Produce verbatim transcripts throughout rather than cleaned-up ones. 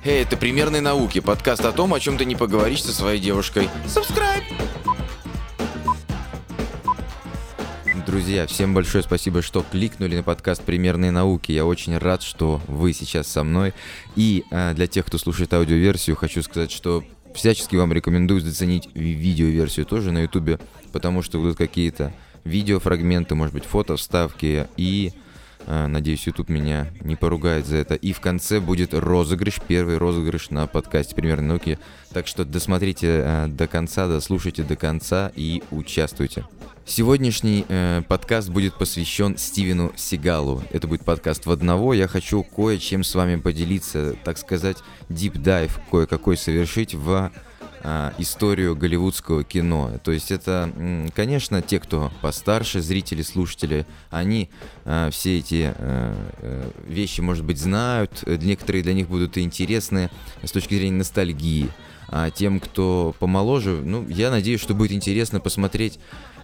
Эй, это «Примерные науки», подкаст о том, о чем ты не поговоришь со своей девушкой. Subscribe! Друзья, всем большое спасибо, что кликнули на подкаст «Примерные науки». Я очень рад, что вы сейчас со мной. И а, для тех, кто слушает аудиоверсию, хочу сказать, что всячески вам рекомендую заценить видеоверсию тоже на ютубе, потому что будут какие-то видеофрагменты, может быть, фото вставки и... Надеюсь, YouTube меня не поругает за это. И в конце будет розыгрыш, первый розыгрыш на подкасте «Примерные науки». Так что досмотрите э, до конца, дослушайте до конца и участвуйте. Сегодняшний э, подкаст будет посвящен Стивену Сигалу. Это будет подкаст в одного. Я хочу кое-чем с вами поделиться, так сказать, дип-дайв кое-какой совершить в... историю голливудского кино. То есть это, конечно, те, кто постарше, зрители, слушатели, они э, все эти э, вещи, может быть, знают, некоторые для них будут интересны с точки зрения ностальгии. А тем, кто помоложе, ну, я надеюсь, что будет интересно посмотреть,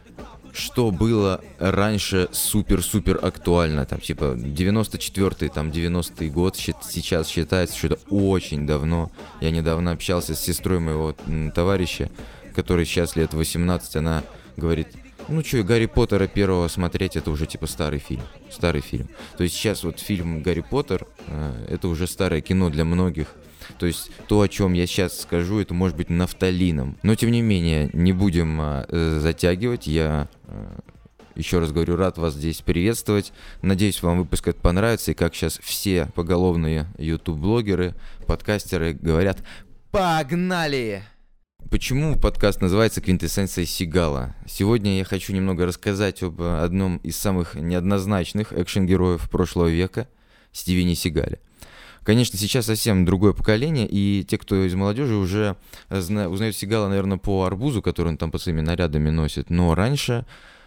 что было раньше супер-супер актуально, там, типа, девяносто четвёртый, там, девяностый год, сейчас считается, что это очень давно. Я недавно общался с сестрой моего товарища, который сейчас лет восемнадцать, она говорит, ну что, Гарри Поттера первого смотреть, это уже, типа, старый фильм, старый фильм. То есть сейчас вот фильм «Гарри Поттер», это уже старое кино для многих. То есть то, о чем я сейчас скажу, это может быть нафталином. Но, тем не менее, не будем э, затягивать. Я, э, еще раз говорю, рад вас здесь приветствовать. Надеюсь, вам выпуск этот понравится. И как сейчас все поголовные YouTube-блогеры, подкастеры говорят «Погнали!». Почему подкаст называется «Квинтэссенция Сигала»? Сегодня я хочу немного рассказать об одном из самых неоднозначных экшен-героев прошлого века – Стивене Сигале. Конечно, сейчас совсем другое поколение, и те, кто из молодежи, уже зна- узнают Сигала, наверное, по арбузу, который он там под своими нарядами носит. Но раньше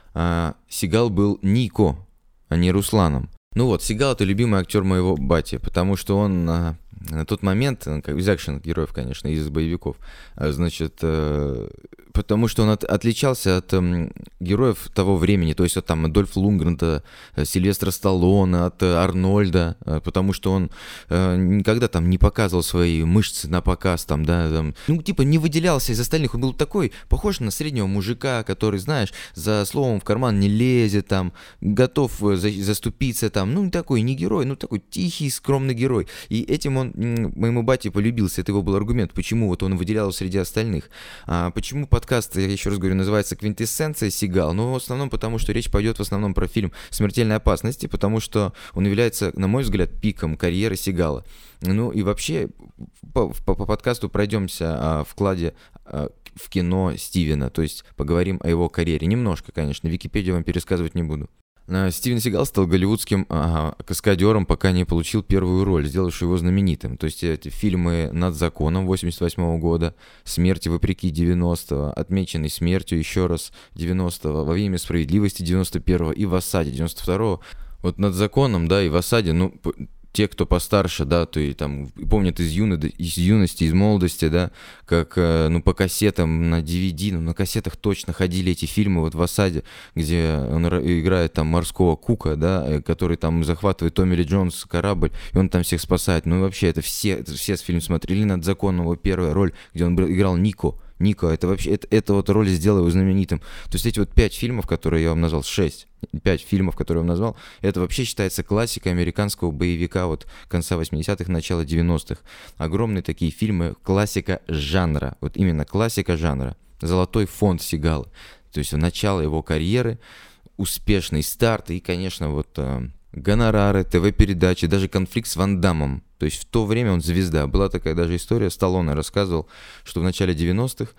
а, Сигал был Нико, а не Русланом. Ну вот, Сигал — это любимый актер моего бати, потому что он а, на тот момент, как из экшен-героев, конечно, из боевиков, а, значит, а, потому что он от, отличался от а, героев того времени, то есть от там Дольфа Лундгрена, Сильвестра Сталлоне, от а, Арнольда, а, потому что он а, никогда там не показывал свои мышцы на показ, там, да, там, ну, типа, не выделялся из остальных, он был такой, похож на среднего мужика, который, знаешь, за словом в карман не лезет, там, готов за, заступиться, там, ну, такой не герой, ну, такой тихий, скромный герой, и этим он моему бате полюбился, это его был аргумент, почему вот он выделялся среди остальных. А почему подкаст, я еще раз говорю, называется «Квинтэссенция Сигал»? Ну, в основном потому, что речь пойдет в основном про фильм «Смертельная опасность», потому что он является, на мой взгляд, пиком карьеры Сигала. Ну, и вообще, по, по, по подкасту пройдемся о вкладе о, в кино Стивена, то есть поговорим о его карьере. Немножко, конечно, Википедию вам пересказывать не буду. Стивен Сигал стал голливудским ага, каскадером, пока не получил первую роль, сделавшую его знаменитым. То есть эти фильмы «Над законом» восемьдесят восьмого года, «Смерти вопреки» девяностого, «Отмеченный смертью» еще раз девяностого, «Во имя справедливости» девяносто первого и «В осаде» девяносто второго. Вот «Над законом», да, и «В осаде», ну... Те, кто постарше, да, то и там помнят из, юно, из юности, из молодости, да, как, ну, по кассетам на ди ви ди, ну, на кассетах точно ходили эти фильмы, вот в «Осаде», где он играет там морского Кука, да, который там захватывает Томми Ли Джонс корабль, и он там всех спасает. Ну, и вообще, это все, это все фильм смотрели. «Над законом», его первая роль, где он играл Нико. Нико, это вообще, это, это вот роль сделала его знаменитым. То есть эти вот пять фильмов, которые я вам назвал, шесть, пять фильмов, которые я вам назвал, это вообще считается классикой американского боевика вот конца восьмидесятых, начала девяностых. Огромные такие фильмы, классика жанра, вот именно классика жанра, золотой фонд Сигала. То есть начало его карьеры, успешный старт и, конечно, вот... гонорары, ТВ-передачи, даже конфликт с Ван Даммом. То есть в то время он звезда. Была такая даже история, Сталлоне рассказывал, что в начале девяностых,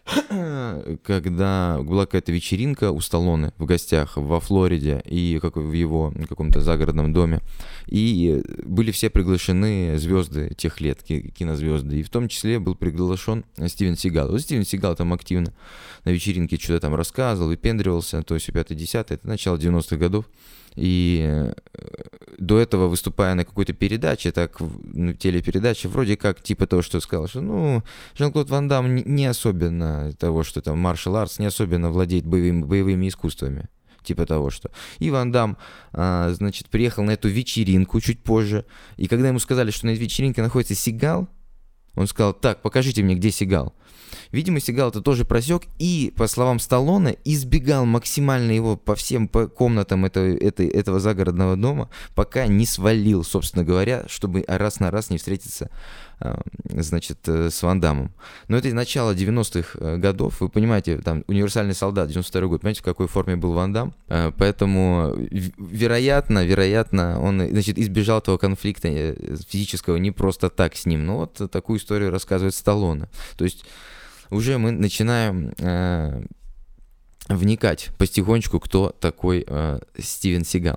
когда была какая-то вечеринка у Сталлоне в гостях во Флориде и как в его каком-то загородном доме, и были все приглашены звезды тех лет, кинозвезды, и в том числе был приглашен Стивен Сигал. Вот Стивен Сигал там активно на вечеринке что-то там рассказывал, выпендривался, то есть пятое-десятое, это начало девяностых годов. И до этого, выступая на какой-то передаче, так, ну, телепередаче, вроде как типа того, что сказал, что, ну, Жан-Клод Ван Дамм не особенно того, что там маршал артс, не особенно владеет боевыми, боевыми искусствами. Типа того, что. И Ван Дамм, а, значит, приехал на эту вечеринку чуть позже, и когда ему сказали, что на этой вечеринке находится Сигал, Он сказал: так, покажите мне, где Сигал. Видимо, Сигал это тоже просек и, по словам Сталлоне, избегал максимально его по всем по комнатам этого, этой, этого загородного дома, пока не свалил, собственно говоря, чтобы раз на раз не встретиться, значит, с Ван Даммом. Но это начало девяностых годов, вы понимаете, там, «Универсальный солдат», девяносто второй год, понимаете, в какой форме был Ван Дамм? Поэтому, вероятно, вероятно, он, значит, избежал этого конфликта физического не просто так с ним, но вот такую историю рассказывает Сталлоне. То есть уже мы начинаем э, вникать потихонечку, кто такой э, Стивен Сигал.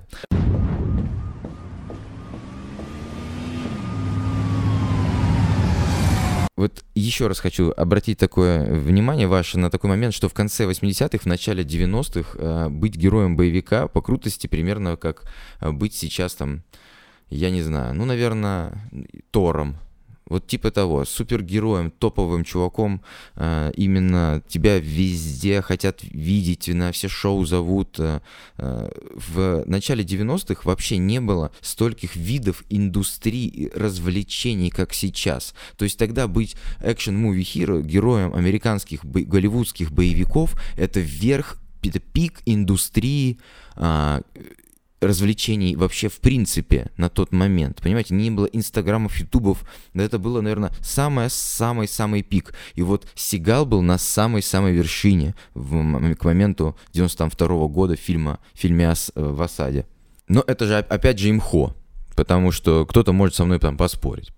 Вот еще раз хочу обратить такое внимание ваше на такой момент, что в конце восьмидесятых, в начале девяностых э, быть героем боевика по крутости примерно как быть сейчас там, я не знаю, ну, наверное, Тором. Вот типа того, супергероем, топовым чуваком, э, именно тебя везде хотят видеть, на все шоу зовут. Э, э, в начале девяностых вообще не было стольких видов индустрии развлечений, как сейчас. То есть тогда быть экшен-муви-хиро, героем американских, бо- голливудских боевиков, это верх, это пик индустрии, э, развлечений вообще в принципе на тот момент, понимаете, не было инстаграмов, ютубов, да, это было, наверное, самый-самый-самый пик, и вот Сигал был на самой-самой вершине в, к моменту девяносто второго года фильма, в фильме «В осаде». Но это же опять же имхо, потому что кто-то может со мной там поспорить.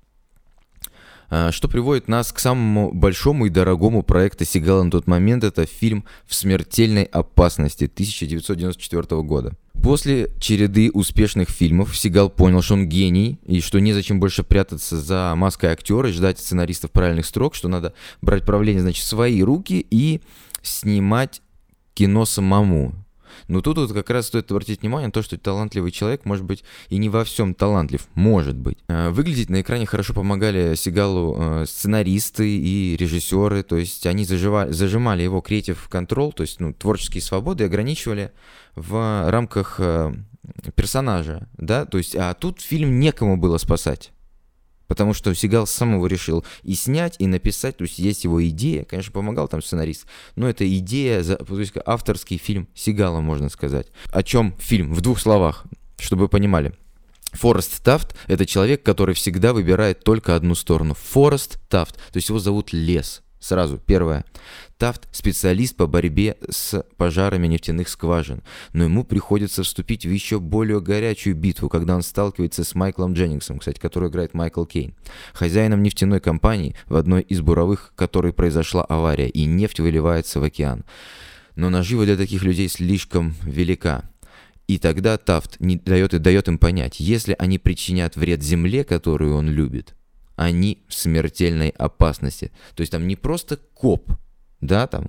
Что приводит нас к самому большому и дорогому проекту Сигала на тот момент, это фильм «В смертельной опасности» тысяча девятьсот девяносто четвёртого года. После череды успешных фильмов Сигал понял, что он гений, и что незачем больше прятаться за маской актера и ждать сценаристов правильных строк, что надо брать правление, значит, в свои руки и снимать кино самому. Но тут вот как раз стоит обратить внимание на то, что талантливый человек, может быть, и не во всем талантлив, может быть. Выглядеть на экране хорошо помогали Сигалу сценаристы и режиссеры, то есть они заживали, зажимали его creative control, то есть ну, творческие свободы, ограничивали в рамках персонажа, да, то есть, а тут фильм некому было спасать. Потому что Сигал сам его решил и снять, и написать, то есть есть его идея, конечно, помогал там сценарист, но это идея, то есть авторский фильм Сигала, можно сказать. О чем фильм? В двух словах, чтобы вы понимали. Форест Тафт — это человек, который всегда выбирает только одну сторону. Форест Тафт, то есть его зовут Лес. Сразу, первое. Тафт – специалист по борьбе с пожарами нефтяных скважин, но ему приходится вступить в еще более горячую битву, когда он сталкивается с Майклом Дженнингсом, кстати, который играет Майкл Кейн, хозяином нефтяной компании, в одной из буровых, в которой произошла авария, и нефть выливается в океан. Но нажива для таких людей слишком велика. И тогда Тафт не дает, и дает им понять, если они причинят вред земле, которую он любит, они в смертельной опасности. То есть там не просто коп, да, там,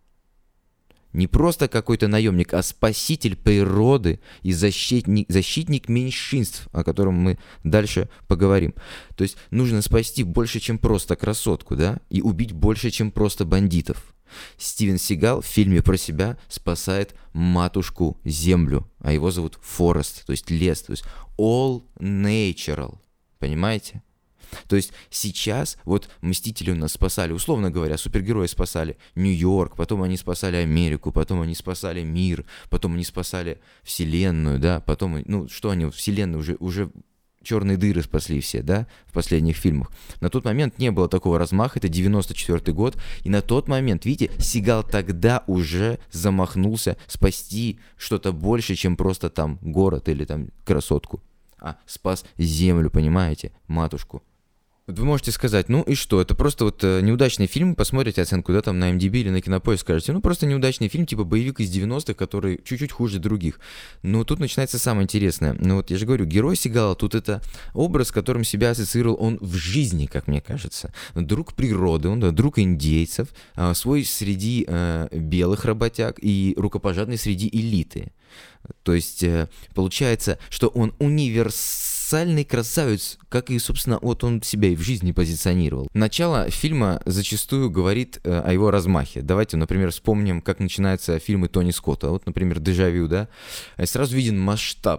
не просто какой-то наемник, а спаситель природы и защитник, защитник меньшинств, о котором мы дальше поговорим. То есть нужно спасти больше, чем просто красотку, да, и убить больше, чем просто бандитов. Стивен Сигал в фильме про себя спасает матушку землю, а его зовут Форест, то есть лес, то есть all natural, понимаете? То есть сейчас вот Мстители у нас спасали, условно говоря, супергерои спасали Нью-Йорк, потом они спасали Америку, потом они спасали мир, потом они спасали Вселенную, да, потом, ну, что они, Вселенную уже, уже черные дыры спасли все, да, в последних фильмах. На тот момент не было такого размаха, это девяносто четвёртый год, и на тот момент, видите, Сигал тогда уже замахнулся спасти что-то больше, чем просто там город или там красотку, а спас землю, понимаете, матушку. Вот вы можете сказать, ну и что, это просто вот э, неудачный фильм, посмотрите оценку, да, там на эм ди би или на Кинопоиск, скажете, ну просто неудачный фильм, типа боевик из девяностых, который чуть-чуть хуже других. Но тут начинается самое интересное. Ну вот я же говорю, герой Сигала, тут это образ, с которым себя ассоциировал он в жизни, как мне кажется. Друг природы, он да, друг индейцев, э, свой среди э, белых работяг и рукопожатный среди элиты. То есть э, получается, что он универсальный красавец, как и, собственно, вот он себя и в жизни позиционировал. Начало фильма зачастую говорит э, о его размахе. Давайте, например, вспомним, как начинаются фильмы Тони Скотта. Вот, например, «Дежавю», да? Сразу виден масштаб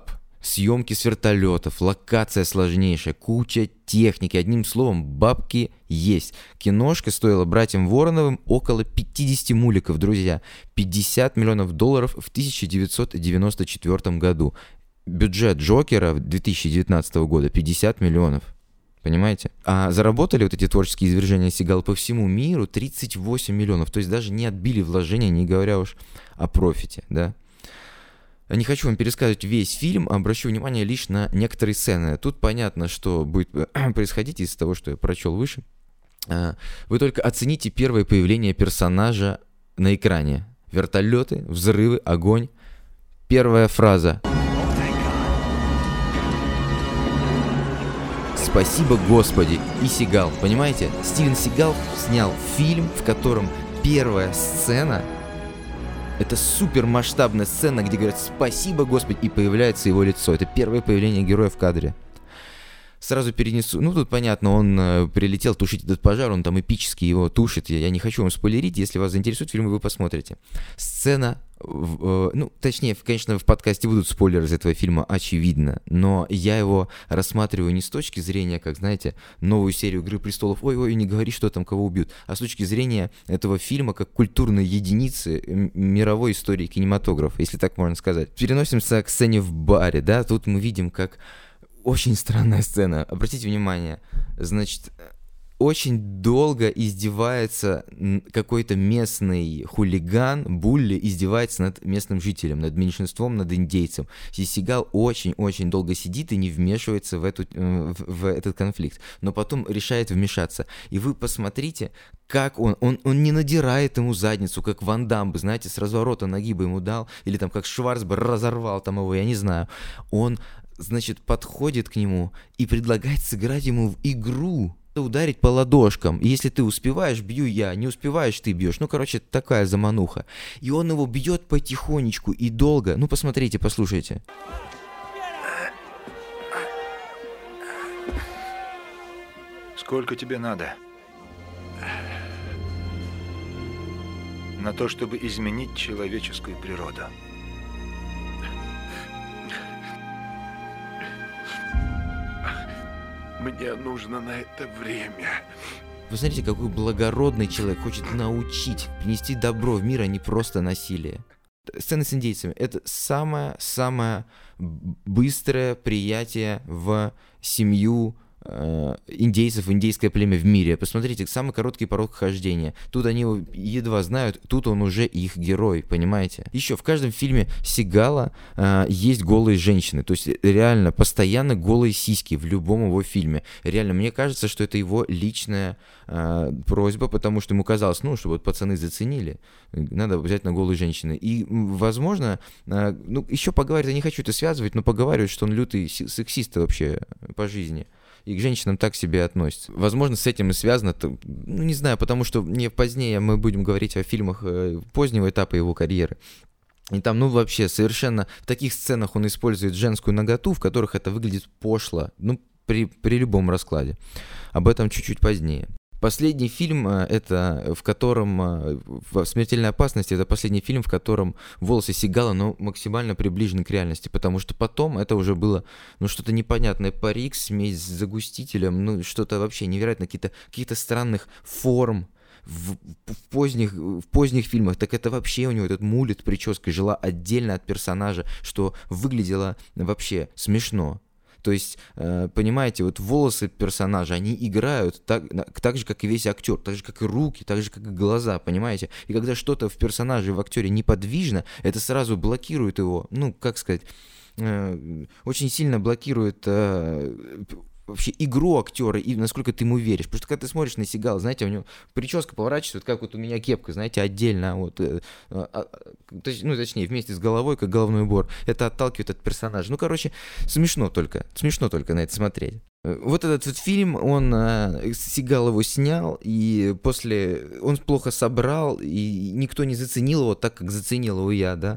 Съемки с вертолетов, локация сложнейшая, куча техники. Одним словом, бабки есть. Киношка стоила братьям Вороновым около пятьдесят муликов, друзья. пятьдесят миллионов долларов в тысяча девятьсот девяносто четвёртом году. Бюджет Джокера две тысячи девятнадцатого года пятьдесят миллионов. Понимаете? А заработали вот эти творческие извержения Сигал по всему миру тридцать восемь миллионов. То есть даже не отбили вложения, не говоря уж о профите, да. Не хочу вам пересказывать весь фильм, обращу внимание лишь на некоторые сцены. Тут понятно, что будет происходить из-за того, что я прочел выше. Вы только оцените первое появление персонажа на экране. Вертолеты, взрывы, огонь. Первая фраза. «Спасибо, Господи!» и Сигал. Понимаете? Стивен Сигал снял фильм, в котором первая сцена... Это супер масштабная сцена, где говорят «Спасибо, Господи!» и появляется его лицо. Это первое появление героя в кадре. Сразу перенесу... Ну, тут понятно, он э, прилетел тушить этот пожар, он там эпически его тушит. Я, я не хочу вам спойлерить, если вас заинтересует фильм, вы посмотрите. Сцена... В, э, ну, точнее, конечно, в подкасте будут спойлеры из этого фильма, очевидно. Но я его рассматриваю не с точки зрения, как, знаете, новую серию «Игры престолов», ой-ой, не говори, что там кого убьют, а с точки зрения этого фильма как культурной единицы мировой истории кинематографа, если так можно сказать. Переносимся к сцене в баре, да, тут мы видим, как... Очень странная сцена. Обратите внимание. Значит, очень долго издевается какой-то местный хулиган, булли, издевается над местным жителем, над меньшинством, над индейцем. И Сигал очень-очень долго сидит и не вмешивается в, эту, в, в этот конфликт. Но потом решает вмешаться. И вы посмотрите, как он, он, он не надирает ему задницу, как Ван Дамм бы, знаете, с разворота ноги бы ему дал, или там как Шварц бы разорвал там его, я не знаю. Он... значит, подходит к нему и предлагает сыграть ему в игру, ударить по ладошкам. И если ты успеваешь, бью я, не успеваешь, ты бьешь. Ну, короче, такая замануха. И он его бьет потихонечку и долго. Ну, посмотрите, послушайте. Сколько тебе надо? На то, чтобы изменить человеческую природу. Мне нужно на это время. Вы смотрите, какой благородный человек хочет научить, принести добро в мир, а не просто насилие. Сцены с индейцами — это самое-самое быстрое приятие в семью э, индейцев, индейское племя в мире. Посмотрите, самый короткий порог хождения. Тут они его едва знают, тут он уже их герой, понимаете? Еще в каждом фильме Сигала э, есть голые женщины. То есть реально постоянно голые сиськи в любом его фильме. Реально, мне кажется, что это его личная э, просьба, потому что ему казалось, ну, что вот пацаны заценили, надо взять на голые женщины. И, возможно, э, ну, еще поговаривают, я не хочу это связывать, но поговаривают, что он лютый сексист вообще по жизни. И к женщинам так себе относится. Возможно, с этим и связано, ну, не знаю, потому что не позднее мы будем говорить о фильмах позднего этапа его карьеры. И там, ну, вообще, совершенно в таких сценах он использует женскую наготу, в которых это выглядит пошло, ну, при, при любом раскладе. Об этом чуть-чуть позднее. Последний фильм, это в котором в «Смертельной опасности», это последний фильм, в котором волосы Сигала, но максимально приближены к реальности, потому что потом это уже было, ну, что-то непонятное, парик, смесь с загустителем, ну, что-то вообще невероятно, какие-то, какие-то странных форм. В, в, поздних, в поздних фильмах, так это вообще у него этот мулет, прическа жила отдельно от персонажа, что выглядело вообще смешно. То есть, э, понимаете, вот волосы персонажа, они играют так, так же, как и весь актер, так же, как и руки, так же, как и глаза, понимаете? И когда что-то в персонаже, в актере неподвижно, это сразу блокирует его, ну, как сказать, э, очень сильно блокирует... Э, вообще игру актера и насколько ты ему веришь. Потому что когда ты смотришь на Сигала, знаете, у него прическа поворачивается, как вот у меня кепка, знаете, отдельно, вот, э, э, э, ну, точнее, вместе с головой, как головной убор. Это отталкивает от персонажа. Ну, короче, смешно только, смешно только на это смотреть. Вот этот вот фильм, он, э, Сигал его снял, и после, он плохо собрал, и никто не заценил его так, как заценил его я, да.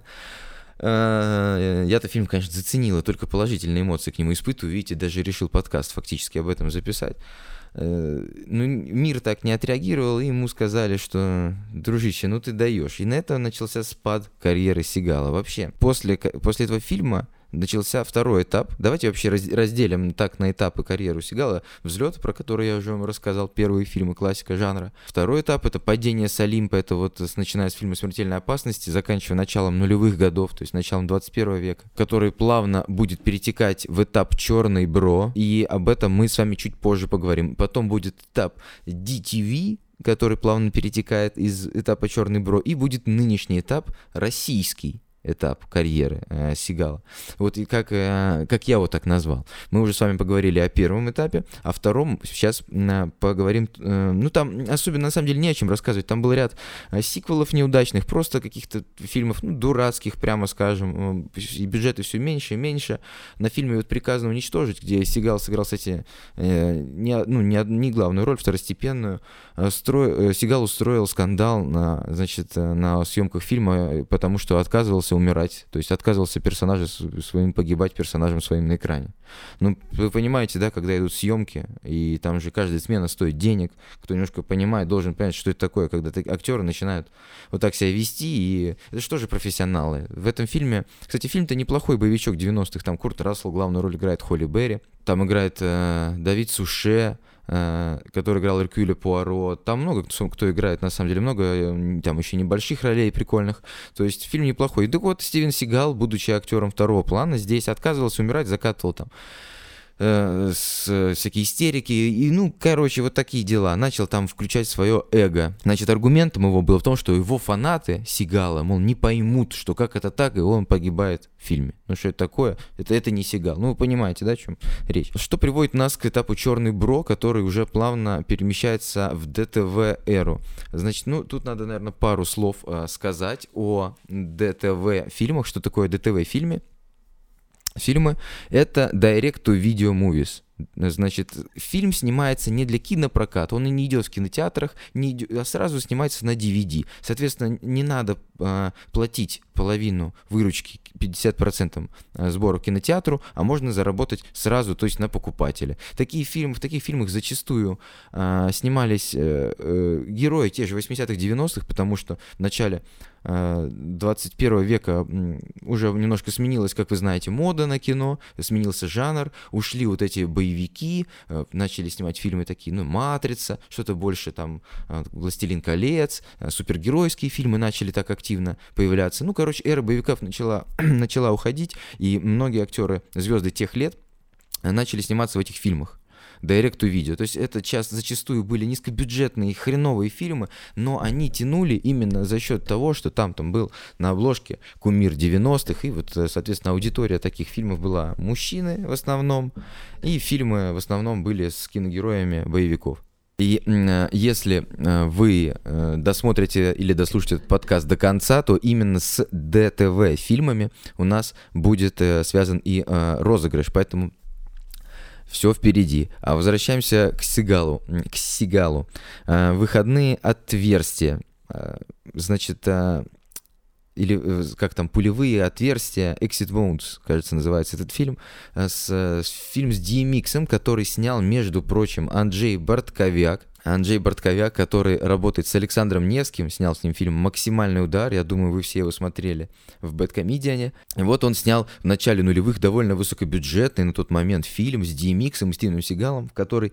Я-то фильм, конечно, заценил, и только положительные эмоции к нему испытываю. Видите, даже решил подкаст фактически об этом записать. Ну, мир так не отреагировал, и ему сказали, что, дружище, ну ты даешь. И на этом начался спад карьеры Сигала. Вообще, после, после этого фильма начался второй этап. Давайте вообще раз- разделим так на этапы карьеру Сигала. «Взлет», про который я уже вам рассказал, первые фильмы, классика жанра. Второй этап — это «Падение с Олимпа», это вот с- начиная с фильма «Смертельная опасность», заканчивая началом нулевых годов, то есть началом двадцать первого века, который плавно будет перетекать в этап «Черный бро», и об этом мы с вами чуть позже поговорим. Потом будет этап ди ти ви, который плавно перетекает из этапа «Черный бро», и будет нынешний этап, российский этап карьеры э, Сигала. Вот и как, э, как я его так назвал. Мы уже с вами поговорили о первом этапе, о втором сейчас э, поговорим. Э, ну, там особенно, на самом деле, не о чем рассказывать. Там был ряд э, сиквелов неудачных, просто каких-то фильмов, ну, дурацких, прямо скажем. Э, и бюджеты все меньше и меньше. На фильме вот «Приказано уничтожить», где Сигал сыграл, кстати, э, не, ну, не, не главную роль, второстепенную. Э, строй, э, Сигал устроил скандал на, значит, на съемках фильма, потому что отказывался умирать, то есть отказывался персонажа своим погибать, персонажем своим на экране. Ну, вы понимаете, да, когда идут съемки, и там же каждая смена стоит денег, кто немножко понимает, должен понять, что это такое, когда актеры начинают вот так себя вести, и это же тоже профессионалы. В этом фильме, кстати, фильм-то неплохой, боевичок девяностых, там Курт Рассел главную роль играет, Холли Берри, там играет э, Давид Суше, который играл Эркюля Пуаро. Там много кто, кто играет, на самом деле, много там еще небольших ролей прикольных. То есть фильм неплохой. И так вот, Стивен Сигал, будучи актером второго плана, здесь отказывался умирать, закатывал там э, с, всякие истерики. И, ну, короче, вот такие дела. Начал там включать свое эго. Значит, аргументом его было в том, что его фанаты Сигала, мол, не поймут, что как это так, и он погибает в фильме. Ну, что это такое? Это, это не Сигал. Ну, вы понимаете, да, о чем речь? Что приводит нас к этапу «Черный бро», который уже плавно перемещается в ди ти ви-эру. Значит, ну, тут надо, наверное, пару слов э, сказать о ди ти ви-фильмах. Что такое ди ти ви-фильмы? Фильмы — это direct-to-video movies. Значит, фильм снимается не для кинопроката, он и не идет в кинотеатрах, не идет, а сразу снимается на ди ви ди. Соответственно, не надо э, платить половину выручки, пятьдесят процентов сбору кинотеатру, а можно заработать сразу, то есть на покупателя. Такие фильмы, в таких фильмах зачастую э, снимались э, э, герои те же восьмидесятых, девяностых, потому что в начале э, двадцать первого века уже немножко сменилась, как вы знаете, мода на кино, сменился жанр, ушли вот эти боевики, боевики, начали снимать фильмы такие, ну, «Матрица», что-то больше там, «Властелин колец», супергеройские фильмы начали так активно появляться. Ну, короче, эра боевиков начала, начала уходить, и многие актеры, звезды тех лет, начали сниматься в этих фильмах. Direct-to-video. То есть это часто, зачастую были низкобюджетные хреновые фильмы, но они тянули именно за счет того, что там, там был на обложке кумир девяностых, и вот, соответственно, аудитория таких фильмов была мужчины в основном, и фильмы в основном были с киногероями боевиков. И э, если э, вы э, досмотрите или дослушаете этот подкаст до конца, то именно с ди ти ви-фильмами у нас будет э, связан и э, розыгрыш, поэтому все впереди. А возвращаемся к Сигалу. К Сигалу. А, выходные отверстия. А, значит, а, или как там, пулевые отверстия, Exit Wounds, кажется, называется этот фильм. А, с, с, фильм с ди эм икс, который снял, между прочим, Анджей Бортковяк. Анджей Бортковяк, который работает с Александром Невским, снял с ним фильм «Максимальный удар», я думаю, вы все его смотрели в «Бэдкомедиане». И вот он снял в начале нулевых довольно высокобюджетный на тот момент фильм с ди эм иксом и Стивеном Сигалом, в который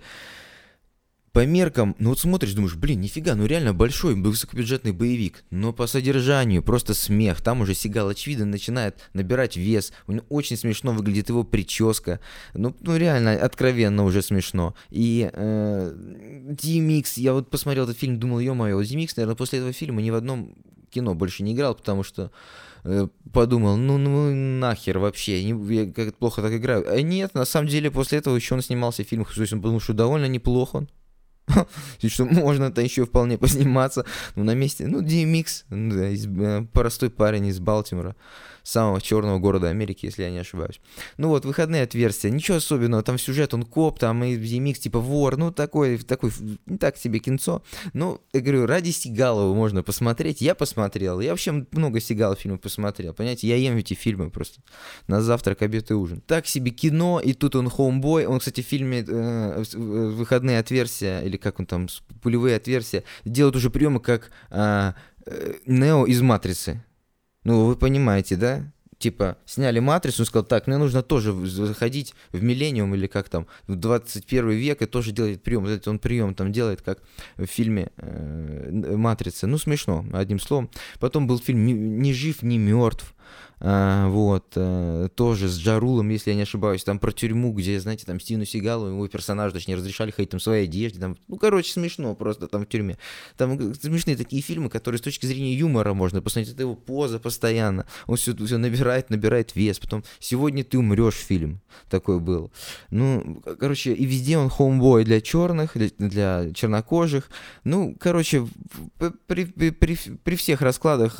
по меркам, ну вот смотришь, думаешь, блин, нифига, ну реально большой высокобюджетный боевик, но по содержанию просто смех. Там уже Сигал, очевидно, начинает набирать вес, у него очень смешно выглядит его прическа, ну, ну реально, откровенно уже смешно. И э, ди эм икс, я вот посмотрел этот фильм, думал, ё-моё, ди эм икс, наверное, после этого фильма ни в одном кино больше не играл, потому что э, подумал, ну, ну нахер вообще, не, я как плохо так играю. А нет, на самом деле, после этого еще он снимался в фильмах, то есть он подумал, что довольно неплохо он. Что можно-то еще вполне посниматься. Ну, на месте, ну, ди эм икс, да, из, э, простой парень из Балтимора, самого черного города Америки, если я не ошибаюсь. Ну вот, выходные отверстия, ничего особенного, там сюжет, он коп, там и ди эм икс типа вор, ну, такой, такой, не так себе кинцо. Ну, я говорю, ради Сигала можно посмотреть, я посмотрел, я вообще много Сигала фильмов посмотрел, понимаете, я ем эти фильмы просто на завтрак, обед и ужин. Так себе кино, и тут он хоумбой, он, кстати, в фильме э, «Выходные отверстия», или как он там, пулевые отверстия, делают уже приемы, как э, э, Нео из «Матрицы». Ну, вы понимаете, да? типа, сняли «Матрицу», он сказал, так, мне нужно тоже заходить в «Миллениум» или как там, в двадцать первый век и тоже делать прием. Вот он прием там делает, как в фильме э, «Матрица». Ну, смешно, одним словом. Потом был фильм «Ни жив, ни мертв». А, вот, а, тоже с Джа Рулом, если я не ошибаюсь, там про тюрьму, где, знаете, там Стивену Сигалу, его персонажу, точнее, разрешали ходить там в своей одежде, там, ну, короче, смешно просто там в тюрьме. Там смешные такие фильмы, которые с точки зрения юмора можно посмотреть, это его поза постоянно, он все, все набирает, набирает вес, потом «Сегодня ты умрешь» фильм такой был. Ну, короче, и везде он хоумбой для черных, для, для чернокожих, ну, короче, при, при, при, при всех раскладах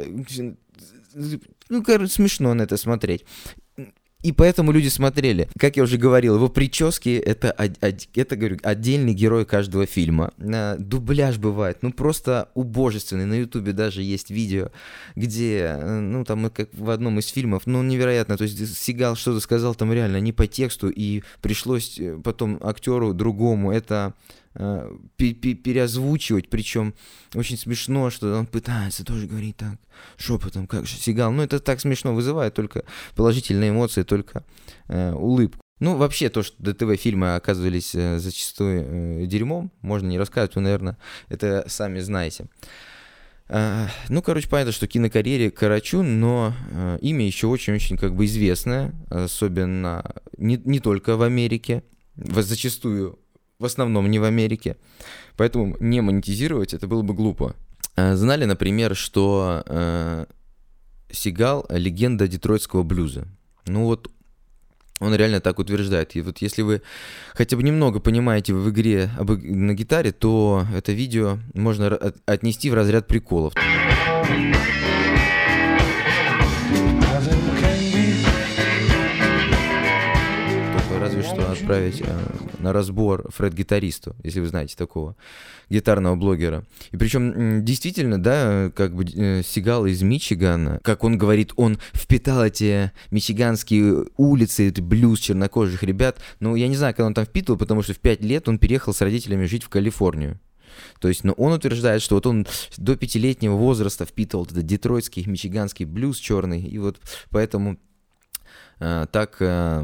ну, короче, смешно на это смотреть. И поэтому люди смотрели. Как я уже говорил, его прически — это, это говорю, отдельный герой каждого фильма. Дубляж бывает, ну, просто убожественный. На Ютубе даже есть видео, где, ну, там, как в одном из фильмов, ну, невероятно. То есть Сигал что-то сказал там реально не по тексту, и пришлось потом актеру другому это переозвучивать, причем очень смешно, что он пытается тоже говорить так, шепотом, как же Сигал. Ну, это так смешно вызывает, только положительные эмоции, только э, улыбку. Ну, вообще, то, что ДТВ-фильмы оказывались э, зачастую э, дерьмом, можно не рассказывать, вы, наверное, это сами знаете. Э, ну, короче, понятно, что кинокарьере Карачун, но э, имя еще очень-очень как бы известное, особенно не, не только в Америке, зачастую в основном не в Америке, поэтому не монетизировать это было бы глупо. Знали, например, что э, Сигал — легенда детройтского блюза. Ну вот, он реально так утверждает. И вот если вы хотя бы немного понимаете в игре об, на гитаре, то это видео можно от, отнести в разряд приколов. Разве что отправить э, на разбор Фред-гитаристу, если вы знаете такого гитарного блогера. И причем действительно, да, как бы э, Сигал из Мичигана, как он говорит, он впитал эти мичиганские улицы, этот блюз чернокожих ребят. Ну, я не знаю, когда он там впитывал, потому что в пять лет он переехал с родителями жить в Калифорнию. То есть, но он утверждает, что вот он до пятилетнего возраста впитывал этот детройтский, мичиганский блюз черный, и вот поэтому так,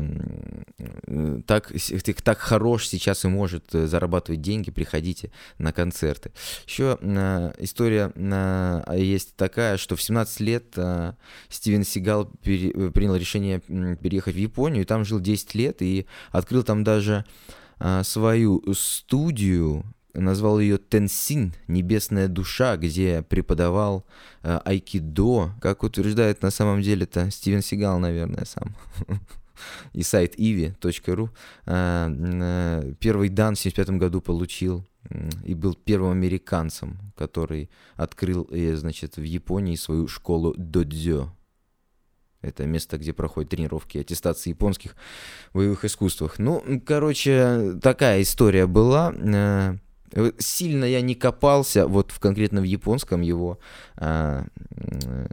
так, так хорош сейчас и может зарабатывать деньги, приходите на концерты. Еще история есть такая, что в семнадцать лет Стивен Сигал пере, принял решение переехать в Японию, и там жил десять лет, и открыл там даже свою студию, назвал ее Тенсин, небесная душа, где преподавал э, айкидо, как утверждает на самом деле-то Стивен Сигал, наверное, сам. И сайт иви точка ру. Э, э, первый дан в семьдесят пятом году получил э, и был первым американцем, который открыл, э, значит, в Японии свою школу додзё. Это место, где проходят тренировки, аттестации японских боевых искусствах. Ну, короче, такая история была. Э, Сильно я не копался вот в, конкретно в японском его а, а,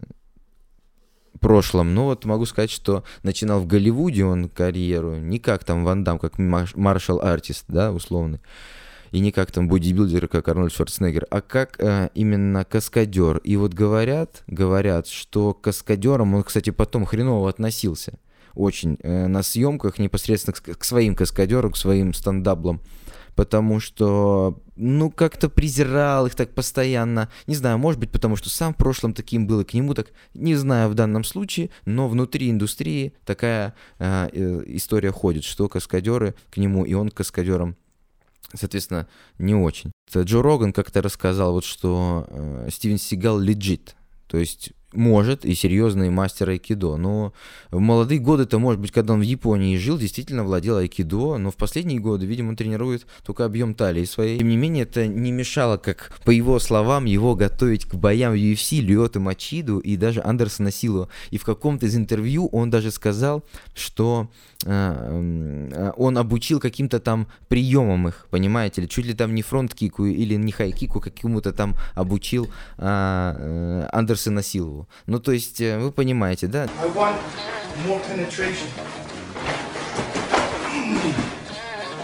прошлом, но вот могу сказать, что начинал в Голливуде он карьеру, не как там Ван Дамм, как маршал-артист, да, условный, и не как там бодибилдер, как Арнольд Шварценеггер, а как а, именно каскадер. И вот говорят, говорят, что к каскадерам он, кстати, потом хреново относился очень э, на съемках непосредственно к, к своим каскадерам, к своим стендаблам. Потому что, ну, как-то презирал их так постоянно. Не знаю, может быть, потому что сам в прошлом таким был, и к нему так, не знаю в данном случае, но внутри индустрии такая э, э, история ходит, что каскадеры к нему, и он к каскадерам, соответственно, не очень. Джо Роган как-то рассказал, вот, что э, Стивен Сигал легит, то есть может и серьезный мастер айкидо, но в молодые годы-то, может быть, когда он в Японии жил, действительно владел айкидо, но в последние годы, видимо, он тренирует только объем талии своей. Тем не менее, это не мешало, как по его словам, его готовить к боям в ю эф си Льота Мачиду и даже Андерсона Силу. И в каком-то из интервью он даже сказал, что э, он обучил каким-то там приемам их, понимаете ли, чуть ли там не фронт-кику или не хай-кику, какому-то там обучил э, э, Андерсона Силу. Ну, то есть, вы понимаете, да?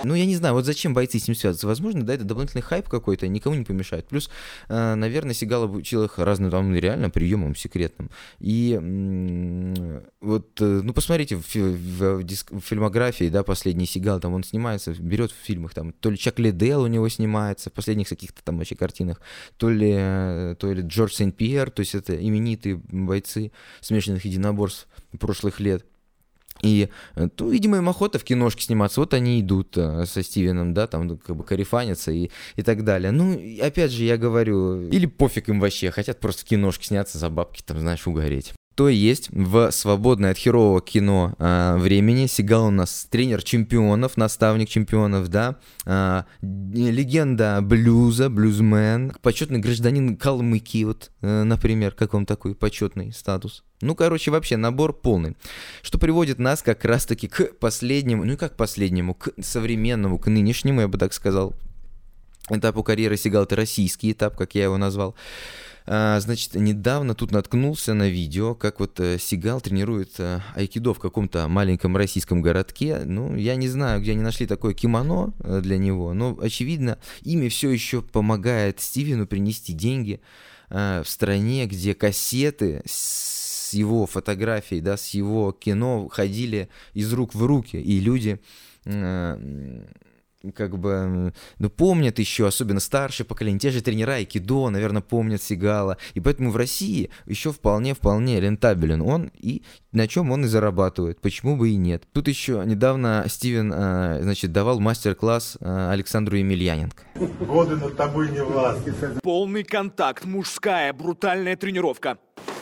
Ну, я не знаю, вот зачем бойцы с ним связываются? Возможно, да, это дополнительный хайп какой-то, никому не помешает. Плюс, э, наверное, Сигал обучил их разным там реально приемам секретным. И м- вот, э, ну, посмотрите в, в, в, диск, в фильмографии, да, последний Сигал, там он снимается, берет в фильмах, там, то ли Чак Лиддell у него снимается в последних каких-то там вообще картинах, то ли, э, то ли Джордж Сент-Пьер, то есть это именитые бойцы смешанных единоборств прошлых лет. И, ну, видимо, им охота в киношке сниматься, вот они идут а, со Стивеном, да, там как бы корефанятся и, и так далее. Ну, опять же, я говорю, или пофиг им вообще, хотят просто в киношке сняться за бабки, там, знаешь, угореть. То есть в свободное от херового кино а, времени Сигал у нас тренер чемпионов, наставник чемпионов, да, а, легенда блюза, блюзмен, почетный гражданин Калмыкии, вот, а, например, как вам такой почетный статус? Ну, короче, вообще набор полный, что приводит нас как раз-таки к последнему, ну и как последнему, к современному, к нынешнему, я бы так сказал, этапу карьеры Сигала, это российский этап, как я его назвал. А, значит, недавно тут наткнулся на видео, как вот э, Сигал тренирует э, айкидо в каком-то маленьком российском городке. Ну, я не знаю, где они нашли такое кимоно э, для него, но, очевидно, ими все еще помогает Стивену принести деньги э, в стране, где кассеты с его фотографией, да, с его кино ходили из рук в руки, и люди... Э, как бы, ну, помнят еще, особенно старшее поколение, те же тренера айкидо, наверное, помнят Сигала, и поэтому в России еще вполне-вполне рентабелен он, и на чем он и зарабатывает, почему бы и нет. Тут еще недавно Стивен, значит, давал мастер-класс Александру Емельяненко. Годы над тобой не властны. Полный контакт, мужская брутальная тренировка.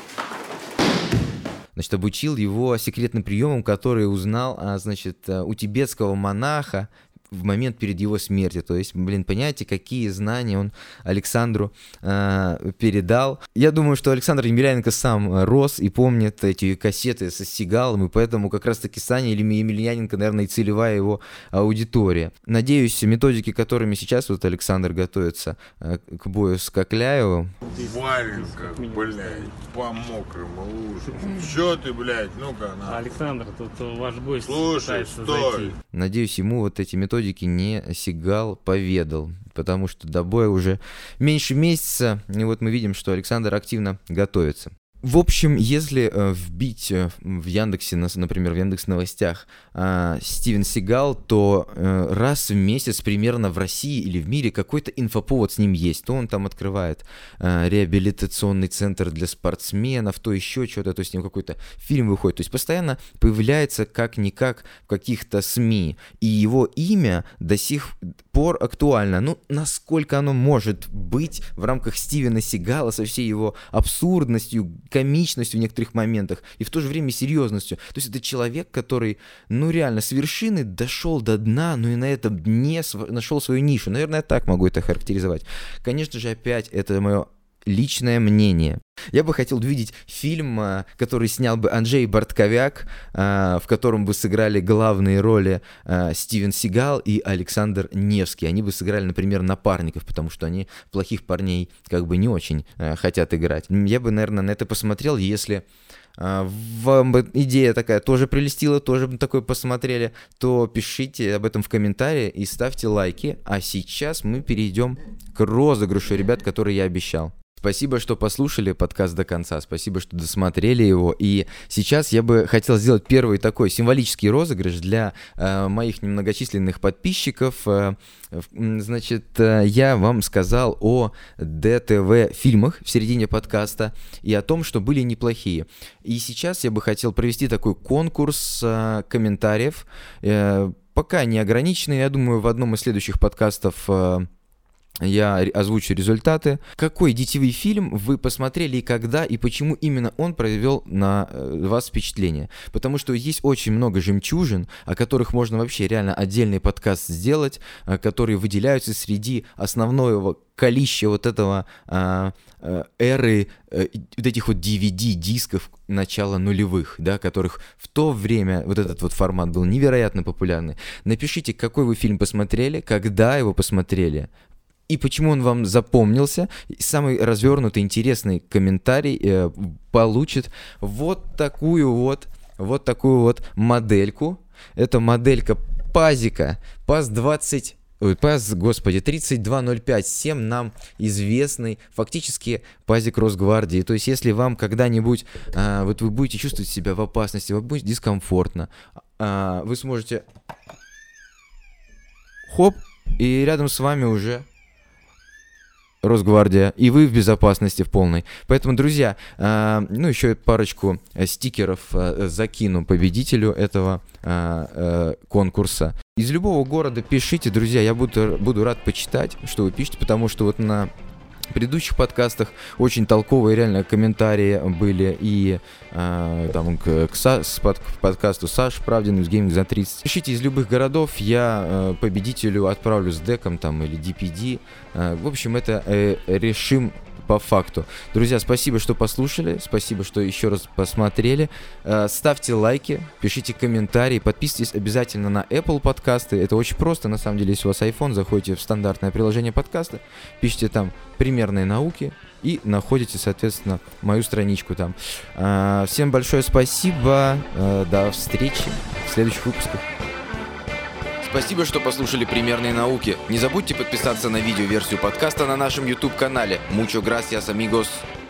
Значит, обучил его секретным приемам, которые узнал, значит, у тибетского монаха в момент перед его смертью. То есть, блин, понимаете, какие знания он Александру э, передал. Я думаю, что Александр Емельяненко сам рос и помнит эти кассеты со Сигалом, и поэтому как раз-таки Саня или Емельяненко, наверное, и целевая его аудитория. Надеюсь, методики, которыми сейчас вот Александр готовится э, к бою с Кокляевым. Варенька, блядь, по мокрому лужам. Чё ты, блядь, ну-ка на. Александр, тут ваш гость Слушай, пытается стой. зайти. Надеюсь, ему вот эти методики не Сигал поведал, потому что до боя уже меньше месяца, и вот мы видим, что Александр активно готовится. В общем, если э, вбить э, в Яндексе, например, в Яндекс.Новостях э, Стивен Сигал, то э, раз в месяц примерно в России или в мире какой-то инфоповод с ним есть. То он там открывает э, реабилитационный центр для спортсменов, то еще что-то, то с ним какой-то фильм выходит. То есть постоянно появляется как-никак в каких-то СМИ. И его имя до сих пор актуально. Ну, насколько оно может быть в рамках Стивена Сигала со всей его абсурдностью, комичностью в некоторых моментах и в то же время серьезностью. То есть это человек, который, ну реально, с вершины дошел до дна, но и на этом дне св- нашел свою нишу. Наверное, я так могу это характеризовать. Конечно же, опять, это мое личное мнение. Я бы хотел увидеть фильм, который снял бы Анджей Бортковяк, в котором бы сыграли главные роли Стивен Сигал и Александр Невский. Они бы сыграли, например, напарников, потому что они плохих парней как бы не очень хотят играть. Я бы, наверное, на это посмотрел, если вам бы идея такая тоже прелестила, тоже бы такое посмотрели, то пишите об этом в комментарии и ставьте лайки. А сейчас мы перейдем к розыгрышу, ребят, который я обещал. Спасибо, что послушали подкаст до конца, спасибо, что досмотрели его. И сейчас я бы хотел сделать первый такой символический розыгрыш для э, моих немногочисленных подписчиков. Э, значит, э, я вам сказал о дэ тэ вэ-фильмах в середине подкаста и о том, что были неплохие. И сейчас я бы хотел провести такой конкурс э, комментариев, э, пока не ограниченный. Я думаю, в одном из следующих подкастов... Э, Я озвучу результаты. Какой детевый фильм вы посмотрели и когда, и почему именно он произвел на вас впечатление? Потому что есть очень много жемчужин, о которых можно вообще реально отдельный подкаст сделать, которые выделяются среди основного количества вот этого а, а, эры а, вот этих вот ди ви ди-дисков начала нулевых, да, которых в то время вот этот вот формат был невероятно популярный. Напишите, какой вы фильм посмотрели, когда его посмотрели, и почему он вам запомнился. Самый развернутый, интересный комментарий э, получит вот такую вот, вот такую вот модельку. Это моделька пазика, паз двадцать... Ой, паз, господи, тридцать два ноль пять, всем нам известный фактически пазик Росгвардии. То есть, если вам когда-нибудь, а, вот вы будете чувствовать себя в опасности, вам будет дискомфортно, а, вы сможете... Хоп, и рядом с вами уже Росгвардия, и вы в безопасности в полной. Поэтому, друзья, э, ну еще парочку стикеров э, закину победителю этого э, э, конкурса. Из любого города пишите, друзья, я буду, буду рад почитать, что вы пишете, потому что вот на предыдущих подкастах очень толковые реально комментарии были и э, там к, к, Са, с под, к подкасту Саш Правдин из Gaming за тридцать. Пишите из любых городов, я э, победителю отправлю с деком там или ди пи ди. Э, в общем, это э, решим по факту. Друзья, спасибо, что послушали, спасибо, что еще раз посмотрели. Э, ставьте лайки, пишите комментарии, подписывайтесь обязательно на Apple подкасты. Это очень просто, на самом деле, если у вас iPhone, заходите в стандартное приложение подкаста, пишите там «Примерные науки» и находите, соответственно, мою страничку там. Э, всем большое спасибо, э, до встречи в следующих выпусках. Спасибо, что послушали «Примерные науки». Не забудьте подписаться на видеоверсию подкаста на нашем YouTube-канале. Mucho gracias, amigos.